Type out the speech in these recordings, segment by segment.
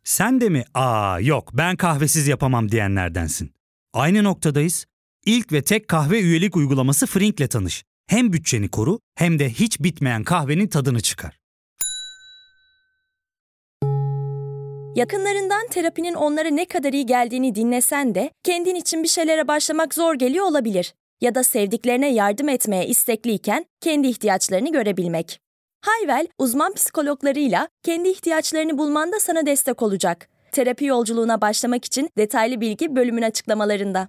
Sen de mi yok ben kahvesiz yapamam diyenlerdensin? Aynı noktadayız. İlk ve tek kahve üyelik uygulaması Frink'le tanış. Hem bütçeni koru hem de hiç bitmeyen kahvenin tadını çıkar. Yakınlarından terapinin onlara ne kadar iyi geldiğini dinlesen de kendin için bir şeylere başlamak zor geliyor olabilir. Ya da sevdiklerine yardım etmeye istekliyken kendi ihtiyaçlarını görebilmek. Hayvel, uzman psikologlarıyla kendi ihtiyaçlarını bulmanda sana destek olacak. Terapi yolculuğuna başlamak için detaylı bilgi bölümün açıklamalarında.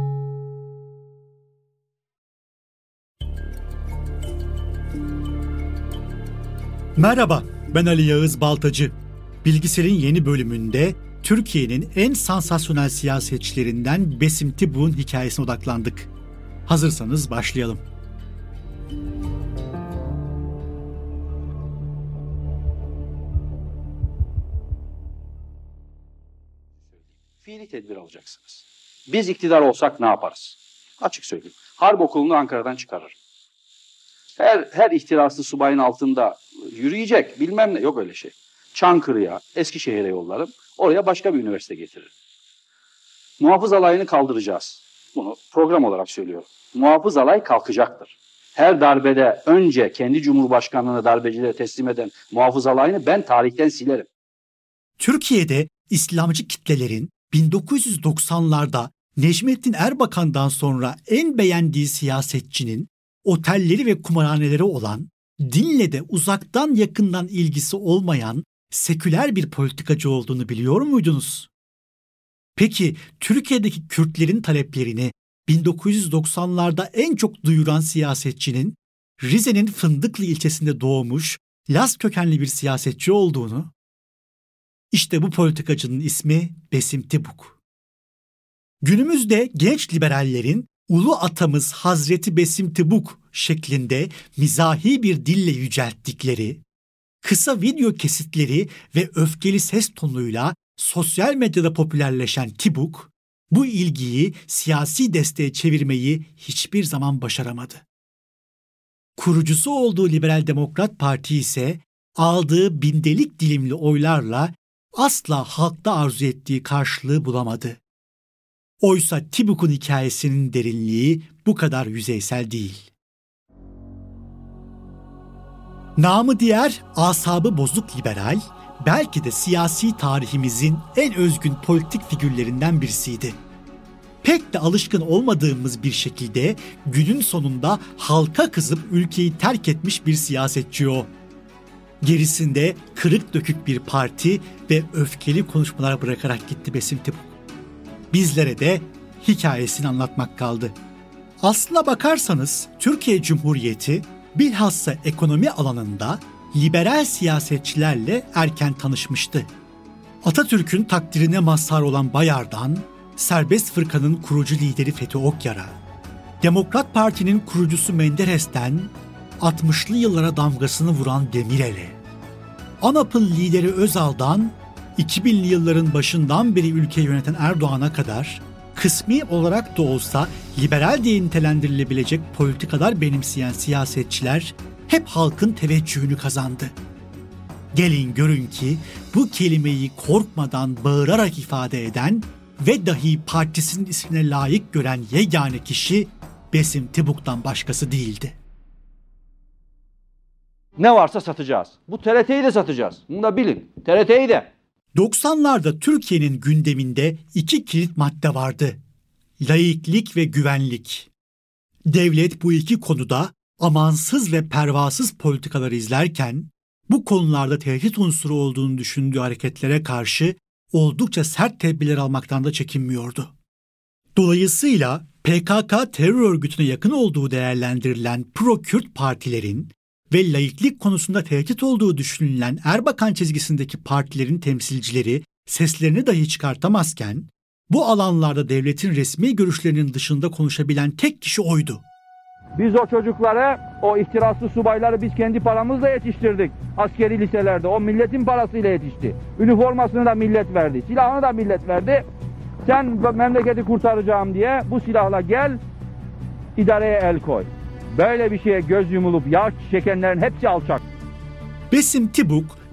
Merhaba, ben Ali Yağız Baltacı. Bilgisel'in yeni bölümünde Türkiye'nin en sansasyonel siyasetçilerinden Besim Tibuk'un hikayesine odaklandık. Hazırsanız başlayalım. Fiili tedbir alacaksınız. Biz iktidar olsak ne yaparız? Açık söyleyeyim. Harp okulunu Ankara'dan çıkarırım. Her ihtiraslı subayın altında yürüyecek bilmem ne, yok öyle şey. Çankırı'ya, Eskişehir'e yollarım. Oraya başka bir üniversite getiririm. Muhafız alayını kaldıracağız. Bunu program olarak söylüyorum. Muhafız alay kalkacaktır. Her darbede önce kendi cumhurbaşkanlığını darbecilere teslim eden muhafız alayını ben tarihten silerim. Türkiye'de İslamcı kitlelerin 1990'larda Necmettin Erbakan'dan sonra en beğendiği siyasetçinin otelleri ve kumarhaneleri olan, dinle de uzaktan yakından ilgisi olmayan seküler bir politikacı olduğunu biliyor muydunuz? Peki Türkiye'deki Kürtlerin taleplerini 1990'larda en çok duyuran siyasetçinin Rize'nin Fındıklı ilçesinde doğmuş Laz kökenli bir siyasetçi olduğunu? İşte bu politikacının ismi Besim Tibuk. Günümüzde genç liberallerin Ulu Atamız Hazreti Besim Tibuk şeklinde mizahi bir dille yücelttikleri, kısa video kesitleri ve öfkeli ses tonuyla sosyal medyada popülerleşen Tibuk, bu ilgiyi siyasi desteğe çevirmeyi hiçbir zaman başaramadı. Kurucusu olduğu Liberal Demokrat Parti ise aldığı bindelik dilimli oylarla asla halkta arzu ettiği karşılığı bulamadı. Oysa Tibuk'un hikayesinin derinliği bu kadar yüzeysel değil. Namı diğer asabı bozuk liberal, belki de siyasi tarihimizin en özgün politik figürlerinden birisiydi. Pek de alışkın olmadığımız bir şekilde günün sonunda halka kızıp ülkeyi terk etmiş bir siyasetçi o. Gerisinde kırık dökük bir parti ve öfkeli konuşmalar bırakarak gitti Besim Tibuk. Bizlere de hikayesini anlatmak kaldı. Aslına bakarsanız Türkiye Cumhuriyeti bilhassa ekonomi alanında liberal siyasetçilerle erken tanışmıştı. Atatürk'ün takdirine mazhar olan Bayar'dan, Serbest Fırka'nın kurucu lideri Fethi Okyar'a, Demokrat Parti'nin kurucusu Menderes'ten 60'lı yıllara damgasını vuran Demirel'e, ANAP'ın lideri Özal'dan 2000'li yılların başından beri ülkeyi yöneten Erdoğan'a kadar kısmi olarak da olsa liberal diye nitelendirilebilecek politikalar benimseyen siyasetçiler hep halkın teveccühünü kazandı. Gelin görün ki bu kelimeyi korkmadan bağırarak ifade eden ve dahi partisinin ismine layık gören yegane kişi Besim Tibuk'tan başkası değildi. Ne varsa satacağız. Bu TRT'yi de satacağız. Bunu da bilin. TRT'yi de. 90'larda Türkiye'nin gündeminde iki kilit madde vardı. Laiklik ve güvenlik. Devlet bu iki konuda amansız ve pervasız politikalar izlerken, bu konularda tehdit unsuru olduğunu düşündüğü hareketlere karşı oldukça sert tedbirler almaktan da çekinmiyordu. Dolayısıyla PKK terör örgütüne yakın olduğu değerlendirilen pro-Kürt partilerin ve laiklik konusunda tehdit olduğu düşünülen Erbakan çizgisindeki partilerin temsilcileri seslerini dahi çıkartamazken, bu alanlarda devletin resmi görüşlerinin dışında konuşabilen tek kişi oydu. Biz o çocukları, o ihtiraslı subayları biz kendi paramızla yetiştirdik. Askeri liselerde. O milletin parasıyla yetişti. Üniformasını da millet verdi. Silahını da millet verdi. Sen memleketi kurtaracağım diye bu silahla gel, idareye el koy. Böyle bir şeye göz yumulup yağ çekenlerin hepsi alçak. Besim Tibuk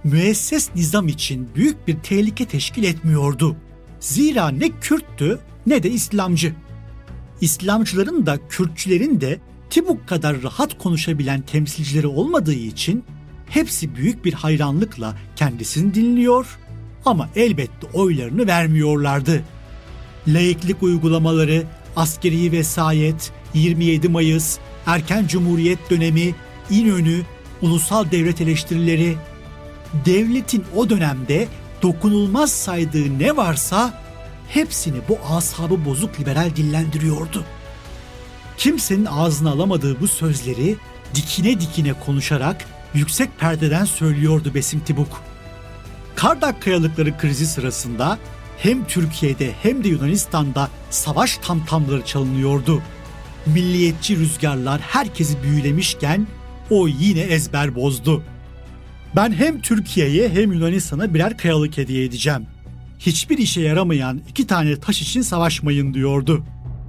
müesses nizam için büyük bir tehlike teşkil etmiyordu. Zira ne Kürttü ne de İslamcı. İslamcıların da Kürtçülerin de Tibuk kadar rahat konuşabilen temsilcileri olmadığı için hepsi büyük bir hayranlıkla kendisini dinliyor ama elbette oylarını vermiyorlardı. Laiklik uygulamaları, askeri vesayet, 27 Mayıs, erken cumhuriyet dönemi, İnönü, ulusal devlet eleştirileri, devletin o dönemde dokunulmaz saydığı ne varsa hepsini bu asabı bozuk liberal dillendiriyordu. Kimsenin ağzına alamadığı bu sözleri dikine dikine konuşarak yüksek perdeden söylüyordu Besim Tibuk. Kardak Kayalıkları krizi sırasında hem Türkiye'de hem de Yunanistan'da savaş tamtamları çalınıyordu. Milliyetçi rüzgarlar herkesi büyülemişken o yine ezber bozdu. Ben hem Türkiye'ye hem Yunanistan'a birer kayalık hediye edeceğim. Hiçbir işe yaramayan 2 tane taş için savaşmayın diyordu.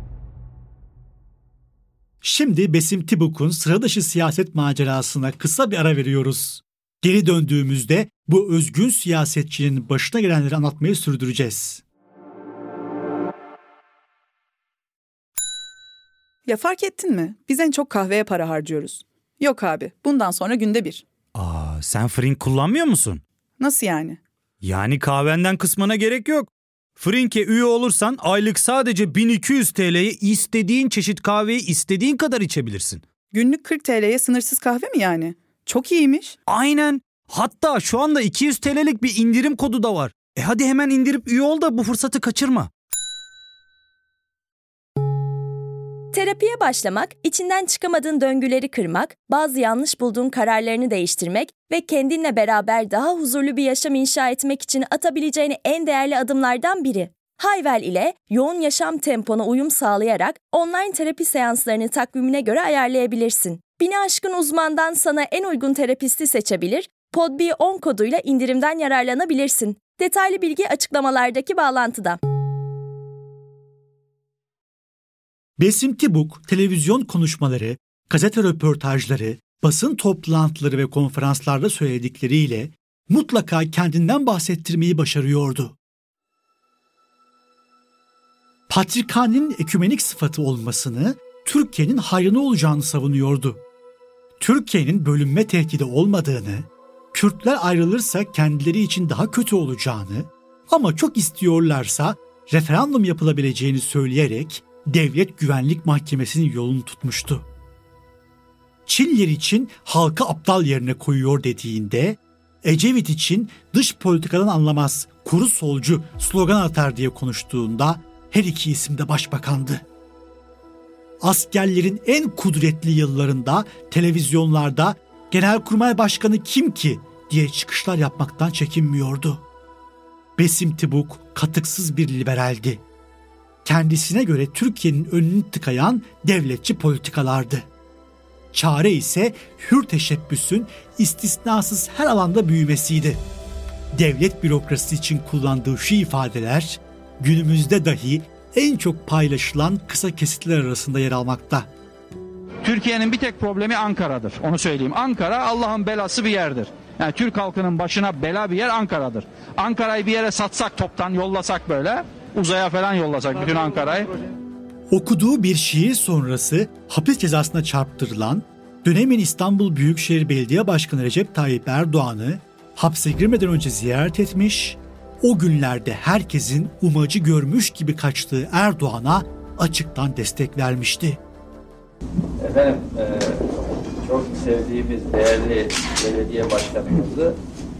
Şimdi Besim Tibuk'un sıradışı siyaset macerasına kısa bir ara veriyoruz. Geri döndüğümüzde bu özgün siyasetçinin başına gelenleri anlatmayı sürdüreceğiz. Ya fark ettin mi? Biz en çok kahveye para harcıyoruz. Yok abi, bundan sonra günde 1. Sen Frink kullanmıyor musun? Nasıl yani? Yani kahvenden kısmına gerek yok. Frink'e üye olursan aylık sadece 1200 TL'ye istediğin çeşit kahveyi istediğin kadar içebilirsin. Günlük 40 TL'ye sınırsız kahve mi yani? Çok iyiymiş. Aynen. Hatta şu anda 200 TL'lik bir indirim kodu da var. Hadi hemen indirip üye ol da bu fırsatı kaçırma. Terapiye başlamak, içinden çıkamadığın döngüleri kırmak, bazı yanlış bulduğun kararlarını değiştirmek ve kendinle beraber daha huzurlu bir yaşam inşa etmek için atabileceğin en değerli adımlardan biri. Hayvel ile yoğun yaşam tempona uyum sağlayarak online terapi seanslarını takvimine göre ayarlayabilirsin. 1000'i aşkın uzmandan sana en uygun terapisti seçebilir, PodB10 koduyla indirimden yararlanabilirsin. Detaylı bilgi açıklamalardaki bağlantıda. Besim Tibuk, televizyon konuşmaları, gazete röportajları, basın toplantıları ve konferanslarda söyledikleriyle mutlaka kendinden bahsettirmeyi başarıyordu. Patrikhanenin ekümenik sıfatı olmasını Türkiye'nin hayrına olacağını savunuyordu. Türkiye'nin bölünme tehdidi olmadığını, Kürtler ayrılırsa kendileri için daha kötü olacağını ama çok istiyorlarsa referandum yapılabileceğini söyleyerek Devlet Güvenlik Mahkemesi'nin yolunu tutmuştu. Çiller için halka aptal yerine koyuyor dediğinde, Ecevit için dış politikadan anlamaz, kuru solcu slogan atar diye konuştuğunda her iki isim de başbakandı. Askerlerin en kudretli yıllarında televizyonlarda Genelkurmay Başkanı kim ki diye çıkışlar yapmaktan çekinmiyordu. Besim Tibuk katıksız bir liberaldi. Kendisine göre Türkiye'nin önünü tıkayan devletçi politikalardı. Çare ise hür teşebbüsün istisnasız her alanda büyümesiydi. Devlet bürokrasisi için kullandığı şu ifadeler günümüzde dahi en çok paylaşılan kısa kesitler arasında yer almakta. Türkiye'nin bir tek problemi Ankara'dır. Onu söyleyeyim. Ankara Allah'ın belası bir yerdir. Yani Türk halkının başına bela bir yer Ankara'dır. Ankara'yı bir yere satsak toptan, yollasak böyle, uzaya falan yollasak bütün Ankara'yı. Okuduğu bir şiir sonrası hapis cezasına çarptırılan dönemin İstanbul Büyükşehir Belediye Başkanı Recep Tayyip Erdoğan'ı hapse girmeden önce ziyaret etmiş, o günlerde herkesin umacı görmüş gibi kaçtığı Erdoğan'a açıktan destek vermişti. Efendim, çok sevdiğimiz değerli belediye başkanımızı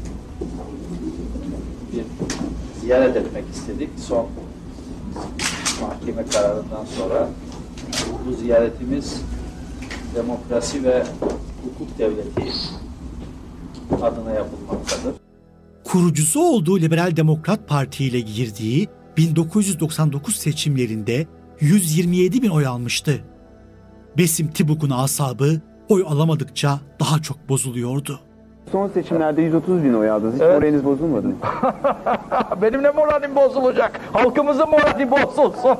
bir ziyaret etmek istedik. Son mahkeme kararından sonra bu ziyaretimiz demokrasi ve hukuk devleti adına yapılmaktadır. Kurucusu olduğu Liberal Demokrat Parti ile girdiği 1999 seçimlerinde 127 bin oy almıştı. Besim Tibuk'un asabı oy alamadıkça daha çok bozuluyordu. Son seçimlerde 130 bin oy aldınız. Hiç moraliniz bozulmadı mı? Benim ne moralim bozulacak? Halkımızın morali bozulsun.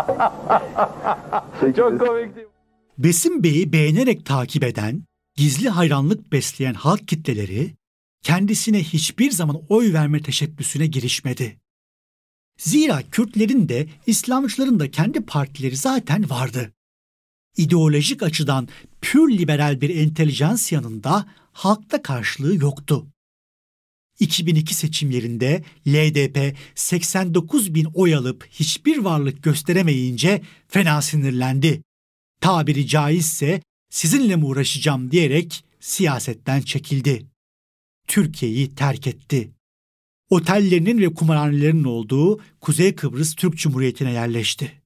Çok komikti. Besim Bey'i beğenerek takip eden, gizli hayranlık besleyen halk kitleleri kendisine hiçbir zaman oy verme teşebbüsüne girişmedi. Zira Kürtlerin de İslamcıların da kendi partileri zaten vardı. İdeolojik açıdan pür liberal bir entelijansiyanın da halkta karşılığı yoktu. 2002 seçimlerinde LDP 89 bin oy alıp hiçbir varlık gösteremeyince fena sinirlendi. Tabiri caizse sizinle mi uğraşacağım diyerek siyasetten çekildi. Türkiye'yi terk etti. Otellerinin ve kumarhanelerinin olduğu Kuzey Kıbrıs Türk Cumhuriyeti'ne yerleşti.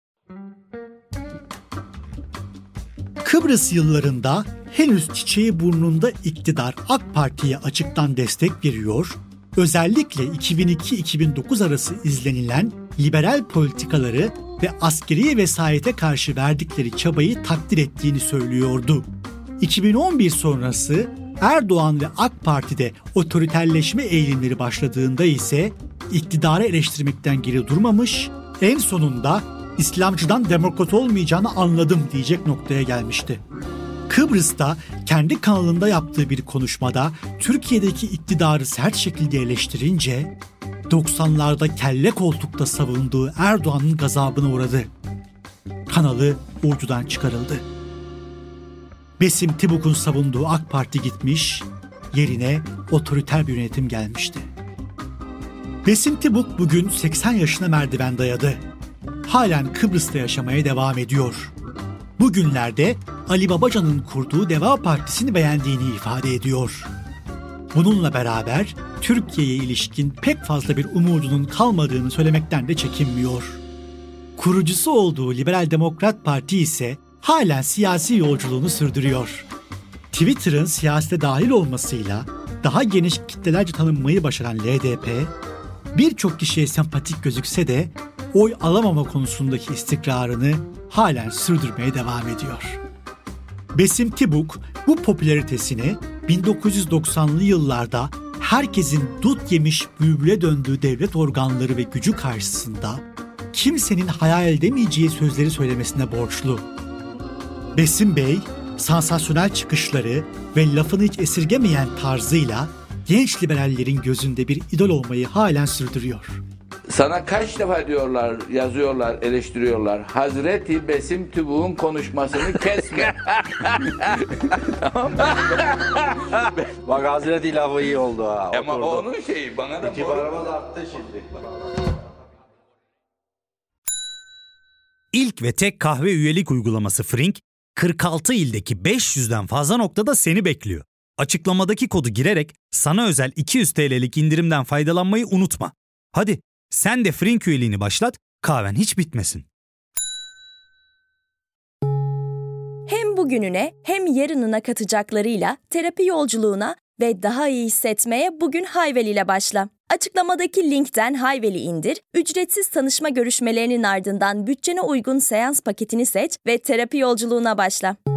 Kıbrıs yıllarında henüz çiçeği burnunda iktidar AK Parti'ye açıktan destek veriyor, özellikle 2002-2009 arası izlenilen liberal politikaları ve askeri vesayete karşı verdikleri çabayı takdir ettiğini söylüyordu. 2011 sonrası Erdoğan ve AK Parti'de otoriterleşme eğilimleri başladığında ise iktidarı eleştirmekten geri durmamış, en sonunda İslamcıdan demokrat olmayacağını anladım diyecek noktaya gelmişti. Kıbrıs'ta kendi kanalında yaptığı bir konuşmada Türkiye'deki iktidarı sert şekilde eleştirince 90'larda kelle koltukta savunduğu Erdoğan'ın gazabına uğradı. Kanalı ortadan çıkarıldı. Besim Tibuk'un savunduğu AK Parti gitmiş, yerine otoriter bir yönetim gelmişti. Besim Tibuk bugün 80 yaşına merdiven dayadı. Halen Kıbrıs'ta yaşamaya devam ediyor. Bugünlerde Ali Babacan'ın kurduğu Deva Partisi'ni beğendiğini ifade ediyor. Bununla beraber Türkiye'ye ilişkin pek fazla bir umudunun kalmadığını söylemekten de çekinmiyor. Kurucusu olduğu Liberal Demokrat Parti ise halen siyasi yolculuğunu sürdürüyor. Twitter'ın siyasete dahil olmasıyla daha geniş kitlelerce tanınmayı başaran LDP, birçok kişiye sempatik gözükse de oy alamama konusundaki istikrarını halen sürdürmeye devam ediyor. Besim Tibuk bu popülaritesini 1990'lı yıllarda herkesin dut yemiş bülbüle döndüğü devlet organları ve gücü karşısında kimsenin hayal edemeyeceği sözleri söylemesine borçlu. Besim Bey, sansasyonel çıkışları ve lafını hiç esirgemeyen tarzıyla genç liberallerin gözünde bir idol olmayı halen sürdürüyor. Sana kaç defa diyorlar, yazıyorlar, eleştiriyorlar. Hazreti Besim Tibuk'un konuşmasını kesme. Tamam mı? Bak Hazreti lafı iyi oldu ha. Ama onun şeyi bana da... İtibarımız arttı şimdi. İlk ve tek kahve üyelik uygulaması Frink, 46 ildeki 500'den fazla noktada seni bekliyor. Açıklamadaki kodu girerek sana özel 200 TL'lik indirimden faydalanmayı unutma. Hadi sen de Frink üyeliğini başlat, kahven hiç bitmesin. Hem bugününe hem yarınına katacaklarıyla terapi yolculuğuna ve daha iyi hissetmeye bugün Hayvel ile başla. Açıklamadaki linkten Hayvel'i indir, ücretsiz tanışma görüşmelerinin ardından bütçene uygun seans paketini seç ve terapi yolculuğuna başla.